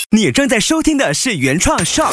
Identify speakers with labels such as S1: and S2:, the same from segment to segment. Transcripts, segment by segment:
S1: 你正在收听的是原创 Shock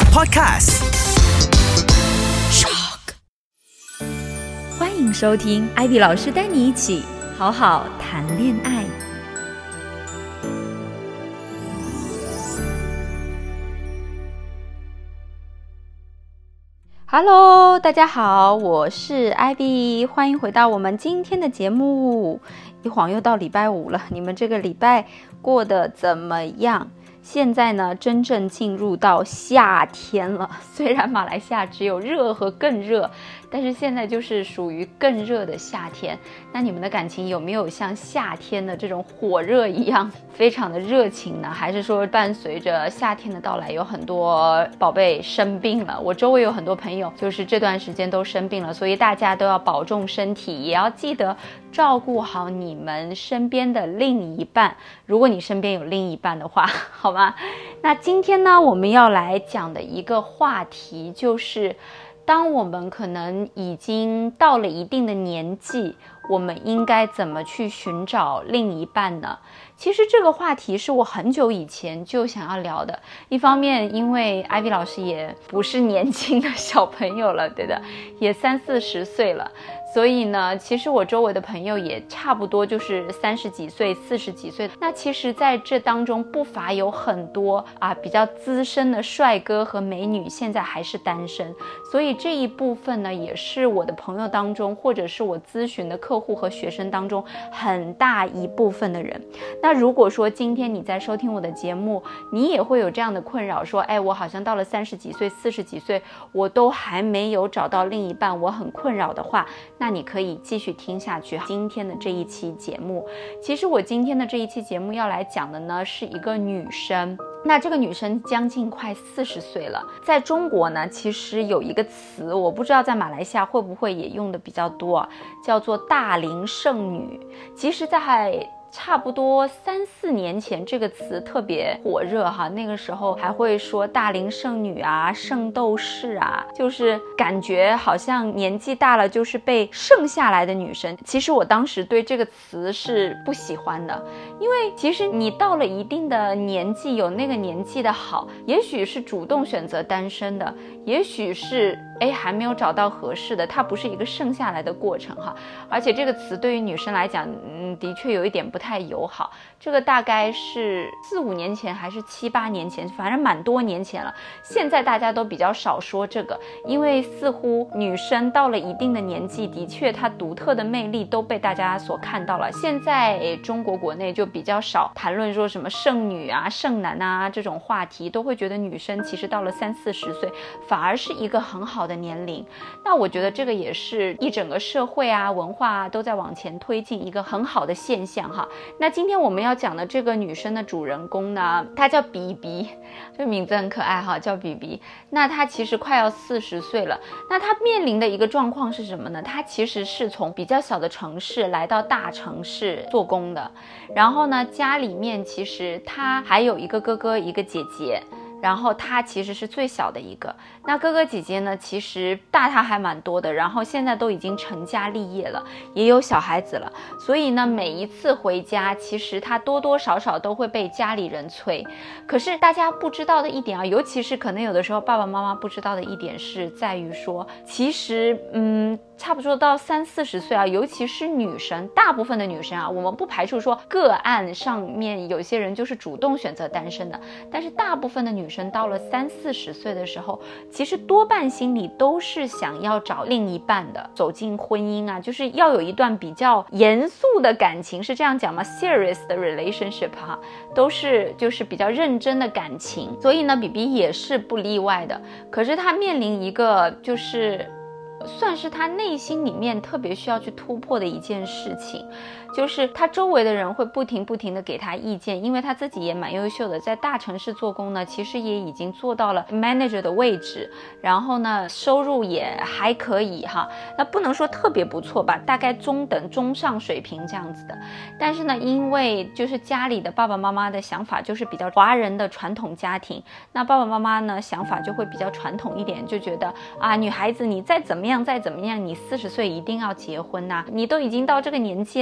S1: Podcast。Shock，
S2: 欢迎收听艾比老师带你一起好好谈恋爱。Hello， 大家好，我是艾比，欢迎回到我们今天的节目。一晃又到礼拜五了，你们这个礼拜过得怎么样？现在呢，真正进入到夏天了。虽然马来西亚只有热和更热，但是现在就是属于更热的夏天。那你们的感情有没有像夏天的这种火热一样，非常的热情呢？还是说伴随着夏天的到来，有很多宝贝生病了？我周围有很多朋友，就是这段时间都生病了，所以大家都要保重身体，也要记得照顾好你们身边的另一半。如果你身边有另一半的话，好吗？那今天呢，我们要来讲的一个话题就是，当我们可能已经到了一定的年纪，我们应该怎么去寻找另一半呢？其实这个话题是我很久以前就想要聊的。一方面，因为艾比老师也不是年轻的小朋友了，对的，也30-40岁了。所以呢，其实我周围的朋友也差不多就是30几岁、40几岁。那其实在这当中不乏有很多比较资深的帅哥和美女，现在还是单身。所以这一部分呢，也是我的朋友当中，或者是我咨询的客户和学生当中很大一部分的人。那如果说今天你在收听我的节目，你也会有这样的困扰，说我好像到了30几岁、40几岁，我都还没有找到另一半，我很困扰的话，那你可以继续听下去今天的这一期节目。其实我今天的这一期节目要来讲的呢，是一个女生。那这个女生将近快40岁了。在中国呢，其实有一个词，我不知道在马来西亚会不会也用的比较多，叫做大龄剩女。其实在差不多3-4年前，这个词特别火热哈。那个时候还会说大龄剩女啊、剩斗士啊，就是感觉好像年纪大了就是被剩下来的女生。其实我当时对这个词是不喜欢的，因为其实你到了一定的年纪，有那个年纪的好，也许是主动选择单身的，也许是还没有找到合适的，它不是一个剩下来的过程哈。而且这个词对于女生来讲，的确有一点不太友好。这个大概是4-5年前还是7-8年前，反正蛮多年前了。现在大家都比较少说这个，因为似乎女生到了一定的年纪，的确她独特的魅力都被大家所看到了。现在中国国内就比较少谈论说什么剩女啊、剩男啊这种话题，都会觉得女生其实到了30-40岁反而是一个很好的年龄。那我觉得这个也是一整个社会啊、文化啊都在往前推进一个很好的现象哈。那今天我们要讲的这个女生的主人公呢，她叫比比，这个名字很可爱哈，叫比比。那她其实快要40岁了。那她面临的一个状况是什么呢？她其实是从比较小的城市来到大城市做工的，然后呢，家里面其实她还有一个哥哥一个姐姐，然后他其实是最小的一个。那哥哥姐姐呢，其实大他还蛮多的，然后现在都已经成家立业了，也有小孩子了。所以呢，每一次回家，其实他多多少少都会被家里人催。可是大家不知道的一点尤其是可能有的时候爸爸妈妈不知道的一点是在于说，其实差不多到30-40岁尤其是女生，大部分的女生我们不排除说个案上面有些人就是主动选择单身的，但是大部分的女生到了30-40岁的时候，其实多半心里都是想要找另一半的，走进婚姻就是要有一段比较严肃的感情，是这样讲吗？ serious 的 relationship 都是就是比较认真的感情。所以呢，比比也是不例外的。可是她面临一个就是算是他内心里面特别需要去突破的一件事情，就是他周围的人会不停的给他意见，因为他自己也蛮优秀的，在大城市做工呢，其实也已经做到了 manager 的位置，然后呢收入也还可以那不能说特别不错吧，大概中等中上水平这样子的。但是呢，因为就是家里的爸爸妈妈的想法就是比较华人的传统家庭，那爸爸妈妈呢想法就会比较传统一点，就觉得女孩子你再怎么样，你40岁一定要结婚你都已经到这个年纪啦，你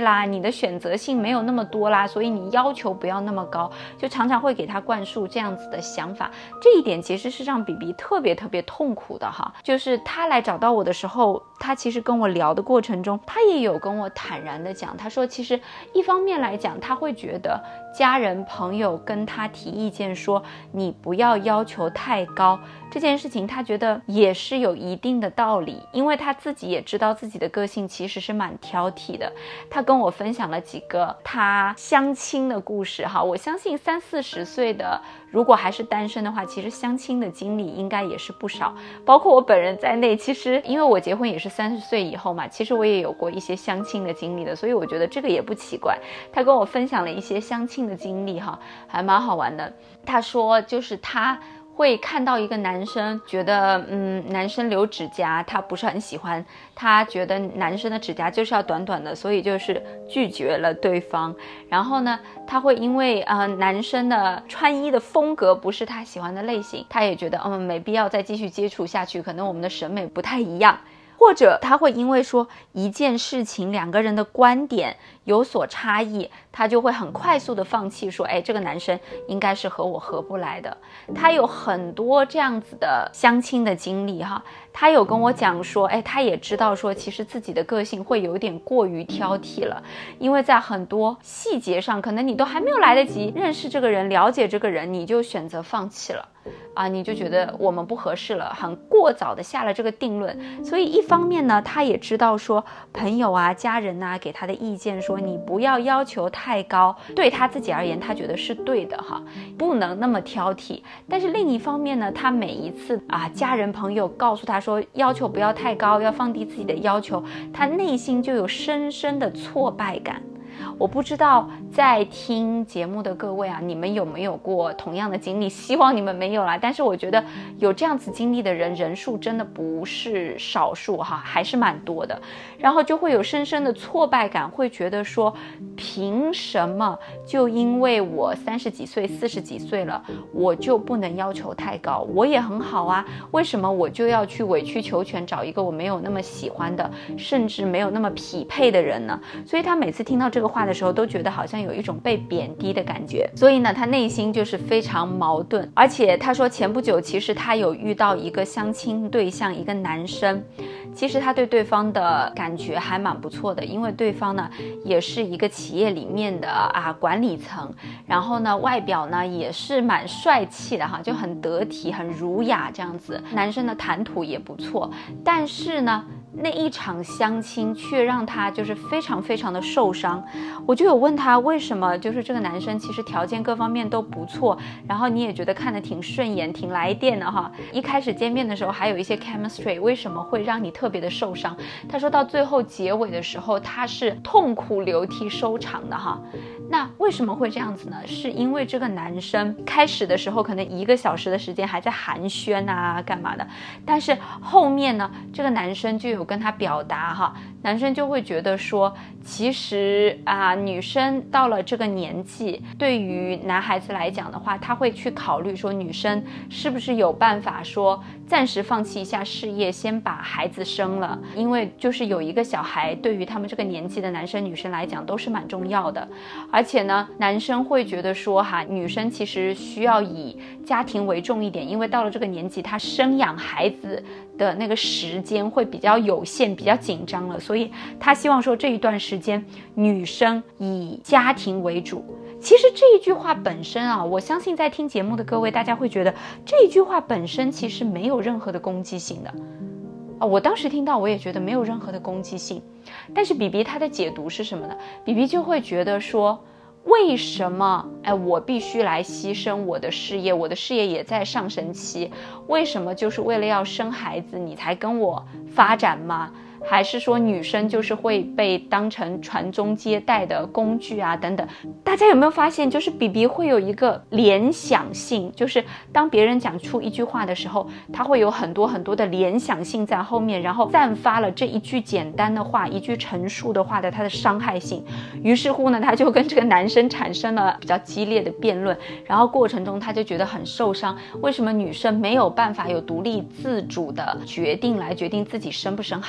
S2: 的选择性没有那么多啦，所以你要求不要那么高，就常常会给他灌输这样子的想法。这一点其实是让比比特别痛苦的哈。就是他来找到我的时候，他其实跟我聊的过程中，他也有跟我坦然的讲，他说其实一方面来讲，他会觉得家人朋友跟他提意见说你不要要求太高，这件事情他觉得也是有一定的道理，因为他自己也知道自己的个性其实是蛮挑剔的。他跟我分享了几个他相亲的故事哈，我相信30-40岁的如果还是单身的话，其实相亲的经历应该也是不少，包括我本人在内。其实因为我结婚也是30岁以后嘛，其实我也有过一些相亲的经历的，所以我觉得这个也不奇怪。他跟我分享了一些相亲的经历哈，还蛮好玩的。他说就是他会看到一个男生，觉得男生留指甲他不是很喜欢，他觉得男生的指甲就是要短短的，所以就是拒绝了对方。然后呢，他会因为男生的穿衣的风格不是他喜欢的类型，他也觉得没必要再继续接触下去，可能我们的审美不太一样。或者他会因为说一件事情两个人的观点有所差异，他就会很快速的放弃，说这个男生应该是和我合不来的。他有很多这样子的相亲的经历哈。他有跟我讲说他也知道说其实自己的个性会有点过于挑剔了，因为在很多细节上可能你都还没有来得及认识这个人了解这个人，你就选择放弃了你就觉得我们不合适了，很过早的下了这个定论。所以一方面呢，他也知道说朋友家人给他的意见说你不要要求太高，对他自己而言他觉得是对的哈，不能那么挑剔。但是另一方面呢，他每一次家人朋友告诉他说要求不要太高，要放低自己的要求，他内心就有深深的挫败感。我不知道在听节目的各位你们有没有过同样的经历，希望你们没有啦，但是我觉得有这样子经历的人数真的不是少数哈，还是蛮多的。然后就会有深深的挫败感，会觉得说凭什么就因为我30几岁40几岁了，我就不能要求太高，我也很好为什么我就要去委曲求全找一个我没有那么喜欢的，甚至没有那么匹配的人呢？所以他每次听到这个话的时候都觉得好像有一种被贬低的感觉，所以呢他内心就是非常矛盾。而且他说前不久其实他有遇到一个相亲对象，一个男生，其实他对对方的感觉还蛮不错的，因为对方呢也是一个企业里面的管理层，然后呢外表呢也是蛮帅气的哈，就很得体很儒雅这样子，男生的谈吐也不错。但是呢那一场相亲却让他就是非常的受伤。我就有问他为什么，就是这个男生其实条件各方面都不错，然后你也觉得看得挺顺眼挺来电的哈，一开始见面的时候还有一些 chemistry， 为什么会让你特别的受伤？他说到最后结尾的时候他是痛哭流涕收场的哈。那为什么会这样子呢？是因为这个男生开始的时候可能1个小时的时间还在寒暄干嘛的，但是后面呢这个男生就有跟他表达哈，男生就会觉得说其实女生到了这个年纪，对于男孩子来讲的话，他会去考虑说女生是不是有办法说暂时放弃一下事业，先把孩子生了，因为就是有一个小孩对于他们这个年纪的男生女生来讲都是蛮重要的。而且呢男生会觉得说女生其实需要以家庭为重一点，因为到了这个年纪他生养孩子的那个时间会比较有限比较紧张了，所以他希望说这一段时间女生以家庭为主。其实这一句话本身我相信在听节目的各位大家会觉得这一句话本身其实没有任何的攻击性的我当时听到我也觉得没有任何的攻击性，但是比比他的解读是什么呢？比比就会觉得说为什么我必须来牺牲我的事业，我的事业也在上升期，为什么就是为了要生孩子你才跟我发展吗？还是说女生就是会被当成传宗接代的工具等等。大家有没有发现就是比比会有一个联想性，就是当别人讲出一句话的时候，他会有很多的联想性在后面，然后散发了这一句简单的话，一句陈述的话的它的伤害性。于是乎呢他就跟这个男生产生了比较激烈的辩论，然后过程中他就觉得很受伤，为什么女生没有办法有独立自主的决定来决定自己生不生孩子？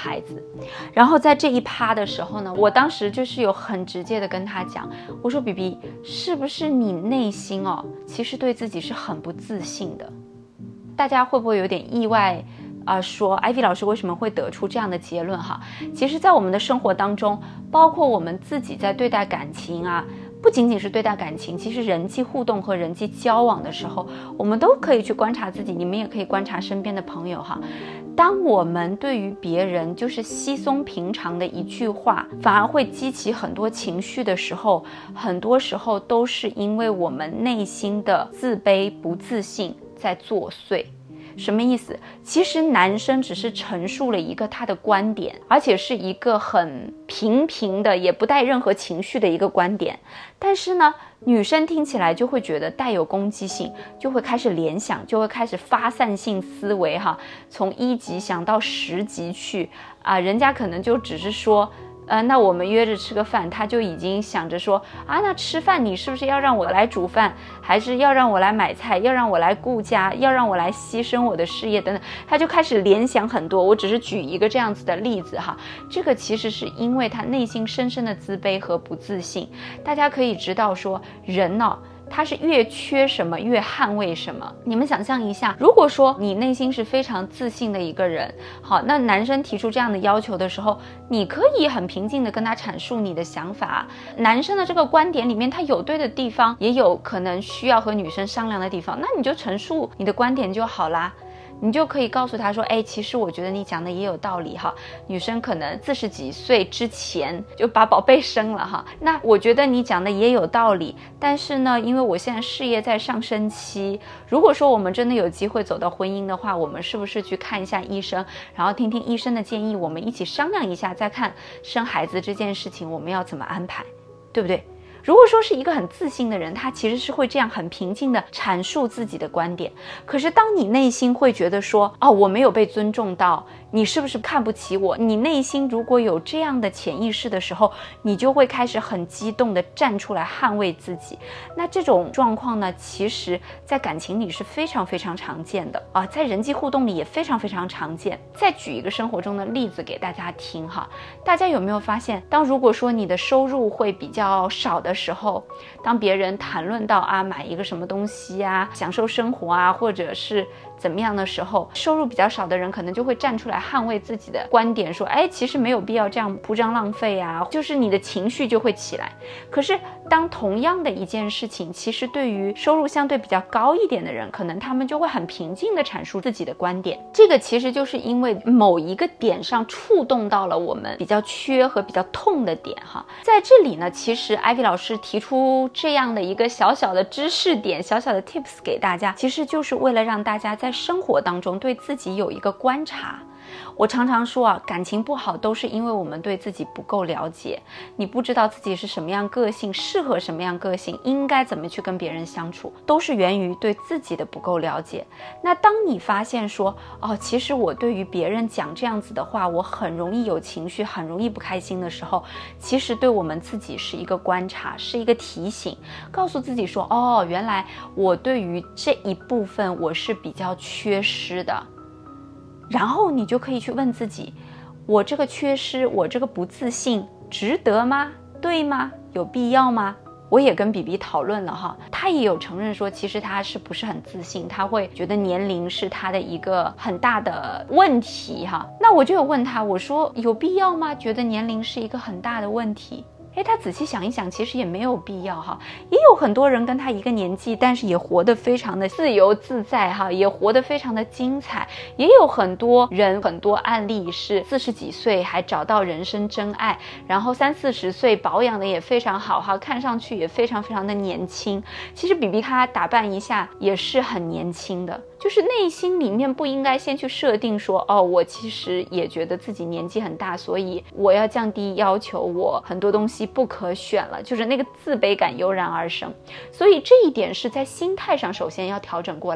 S2: 然后在这一趴的时候呢，我当时就是有很直接的跟他讲，我说 BB 是不是你内心其实对自己是很不自信的？大家会不会有点意外说 Ivy 老师为什么会得出这样的结论哈？其实在我们的生活当中，包括我们自己在对待感情不仅仅是对待感情，其实人际互动和人际交往的时候，我们都可以去观察自己，你们也可以观察身边的朋友哈。当我们对于别人就是稀松平常的一句话，反而会激起很多情绪的时候，很多时候都是因为我们内心的自卑、不自信在作祟。什么意思？其实男生只是陈述了一个他的观点，而且是一个很平平的，也不带任何情绪的一个观点。但是呢，女生听起来就会觉得带有攻击性，就会开始联想，就会开始发散性思维从1级想到10级去人家可能就只是说那我们约着吃个饭，他就已经想着说那吃饭你是不是要让我来煮饭，还是要让我来买菜，要让我来顾家，要让我来牺牲我的事业等等，他就开始联想很多。我只是举一个这样子的例子这个其实是因为他内心深深的自卑和不自信。大家可以知道说人他是越缺什么越捍卫什么。你们想象一下，如果说你内心是非常自信的一个人，好，那男生提出这样的要求的时候，你可以很平静的跟他阐述你的想法。男生的这个观点里面，他有对的地方，也有可能需要和女生商量的地方，那你就陈述你的观点就好啦。你就可以告诉他说其实我觉得你讲的也有道理女生可能40几岁之前就把宝贝生了那我觉得你讲的也有道理，但是呢，因为我现在事业在上升期，如果说我们真的有机会走到婚姻的话，我们是不是去看一下医生，然后听听医生的建议，我们一起商量一下，再看生孩子这件事情我们要怎么安排，对不对？如果说是一个很自信的人，他其实是会这样很平静的阐述自己的观点。可是当你内心会觉得说我没有被尊重到，你是不是看不起我，你内心如果有这样的潜意识的时候，你就会开始很激动的站出来捍卫自己。那这种状况呢，其实在感情里是非常非常常见的在人际互动里也非常非常常见。再举一个生活中的例子给大家听大家有没有发现，如果说你的收入会比较少的时候，当别人谈论到买一个什么东西享受生活或者是怎么样的时候，收入比较少的人可能就会站出来捍卫自己的观点，说其实没有必要这样铺张浪费就是你的情绪就会起来。可是当同样的一件事情，其实对于收入相对比较高一点的人，可能他们就会很平静地阐述自己的观点。这个其实就是因为某一个点上触动到了我们比较缺和比较痛的点在这里呢，其实 Ivy 老师提出这样的一个小小的知识点，小小的 tips 给大家，其实就是为了让大家在生活当中对自己有一个观察。我常常说感情不好都是因为我们对自己不够了解，你不知道自己是什么样个性，适合什么样个性，应该怎么去跟别人相处，都是源于对自己的不够了解。那当你发现说其实我对于别人讲这样子的话，我很容易有情绪，很容易不开心的时候，其实对我们自己是一个观察，是一个提醒，告诉自己说原来我对于这一部分我是比较缺失的。然后你就可以去问自己，我这个缺失，我这个不自信，值得吗？对吗？有必要吗？我也跟 BB 讨论了他也有承认说其实他是不是很自信，他会觉得年龄是他的一个很大的问题那我就有问他，我说有必要吗？觉得年龄是一个很大的问题？他仔细想一想，其实也没有必要也有很多人跟他一个年纪，但是也活得非常的自由自在也活得非常的精彩。也有很多人，很多案例是40几岁还找到人生真爱，然后30、40岁保养的也非常好看上去也非常非常的年轻。其实 BB 他打扮一下也是很年轻的，就是内心里面不应该先去设定说我其实也觉得自己年纪很大，所以我要降低要求，我很多东西不可选了，就是那个自卑感油然而生。所以这一点是在心态上首先要调整过来的。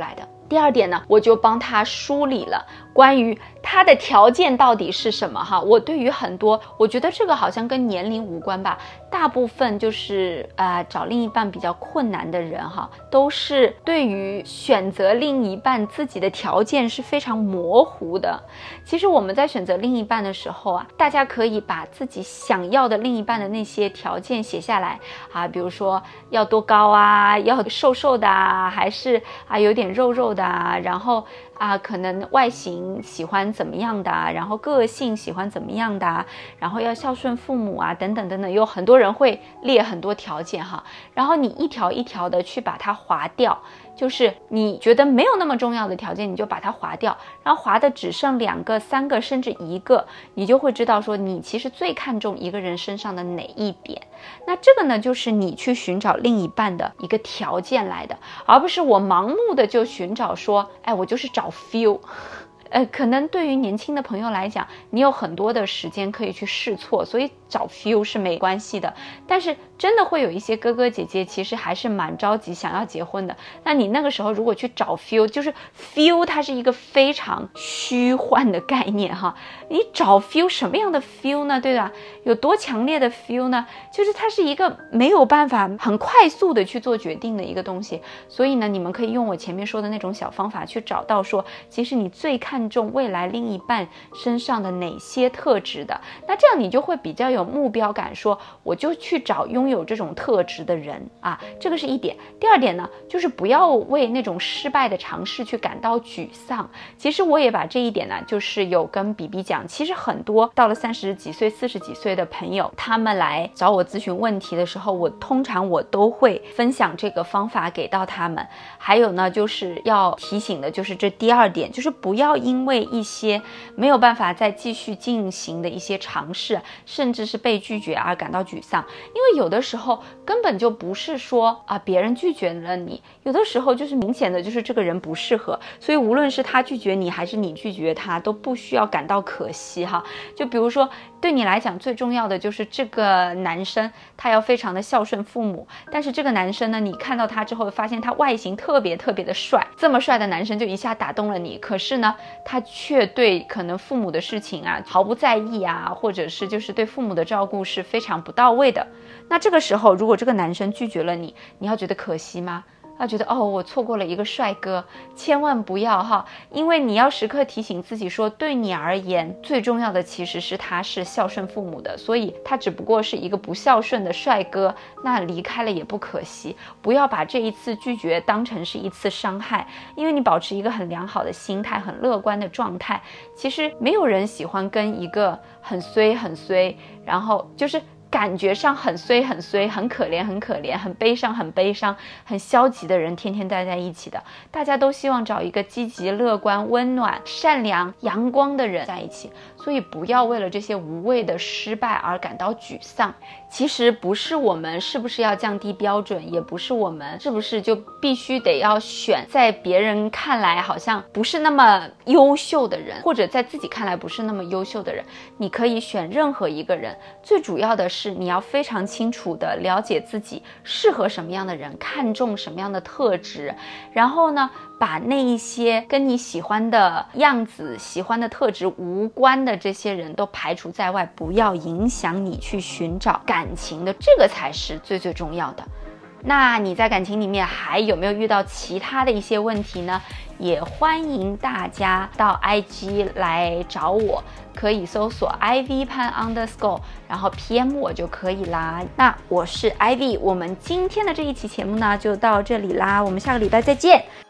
S2: 第二点呢，我就帮他梳理了关于他的条件到底是什么哈。我对于很多，我觉得这个好像跟年龄无关吧，大部分就是找另一半比较困难的人哈，都是对于选择另一半自己的条件是非常模糊的。其实我们在选择另一半的时候啊，大家可以把自己想要的另一半的那些条件写下来啊，比如说要多高啊，要瘦瘦的啊，还是有点肉肉的啊，然后可能外形喜欢怎么样的啊，然后个性喜欢怎么样的啊，然后要孝顺父母啊，等等等等，有很多人会列很多条件哈，然后你一条一条的去把它划掉，就是你觉得没有那么重要的条件，你就把它划掉，然后划的只剩2个、3个，甚至1个，你就会知道说你其实最看重一个人身上的哪一点。那这个呢，就是你去寻找另一半的一个条件来的，而不是我盲目的就寻找说，我就是找 feel。可能对于年轻的朋友来讲，你有很多的时间可以去试错，所以找 feel 是没关系的。但是真的会有一些哥哥姐姐其实还是蛮着急想要结婚的，那你那个时候如果去找 feel， 就是 feel 它是一个非常虚幻的概念哈。你找 feel 什么样的 feel 呢？对吧？有多强烈的 feel 呢？就是它是一个没有办法很快速的去做决定的一个东西。所以呢，你们可以用我前面说的那种小方法去找到说，其实你最看重未来另一半身上的哪些特质的，那这样你就会比较有目标感，说我就去找拥有这种特质的人啊，这个是一点。第二点呢，就是不要为那种失败的尝试去感到沮丧。其实我也把这一点呢，就是有跟比比讲，其实很多到了30几岁、40几岁的朋友，他们来找我咨询问题的时候，我通常都会分享这个方法给到他们。还有呢，就是要提醒的就是这第二点，就是不要因为一些没有办法再继续进行的一些尝试，甚至是被拒绝而感到沮丧。因为有的时候根本就不是说别人拒绝了你，有的时候就是明显的就是这个人不适合，所以无论是他拒绝你还是你拒绝他，都不需要感到可惜哈。就比如说对你来讲最重要的就是这个男生他要非常的孝顺父母，但是这个男生呢，你看到他之后发现他外形特别特别的帅，这么帅的男生就一下打动了你，可是呢他却对可能父母的事情毫不在意或者是就是对父母的照顾是非常不到位的。那这个时候如果这个男生拒绝了你，你要觉得可惜吗？要觉得我错过了一个帅哥，千万不要哈，因为你要时刻提醒自己说，对你而言最重要的其实是他是孝顺父母的，所以他只不过是一个不孝顺的帅哥，那离开了也不可惜。不要把这一次拒绝当成是一次伤害，因为你保持一个很良好的心态，很乐观的状态，其实没有人喜欢跟一个很衰，然后就是感觉上很衰、很可怜、很悲伤、很消极的人天天待在一起的。大家都希望找一个积极、乐观、温暖、善良、阳光的人在一起，所以不要为了这些无谓的失败而感到沮丧。其实不是我们是不是要降低标准，也不是我们是不是就必须得要选在别人看来好像不是那么优秀的人，或者在自己看来不是那么优秀的人。你可以选任何一个人，最主要的是你要非常清楚的了解自己适合什么样的人，看重什么样的特质，然后呢把那一些跟你喜欢的样子、喜欢的特质无关的这些人都排除在外，不要影响你去寻找感情的，这个才是最重要的。那你在感情里面还有没有遇到其他的一些问题呢？也欢迎大家到 IG 来找我，可以搜索 ivy_pan__，然后 PM 我就可以啦。那我是 Ivy， 我们今天的这一期节目呢就到这里啦，我们下个礼拜再见。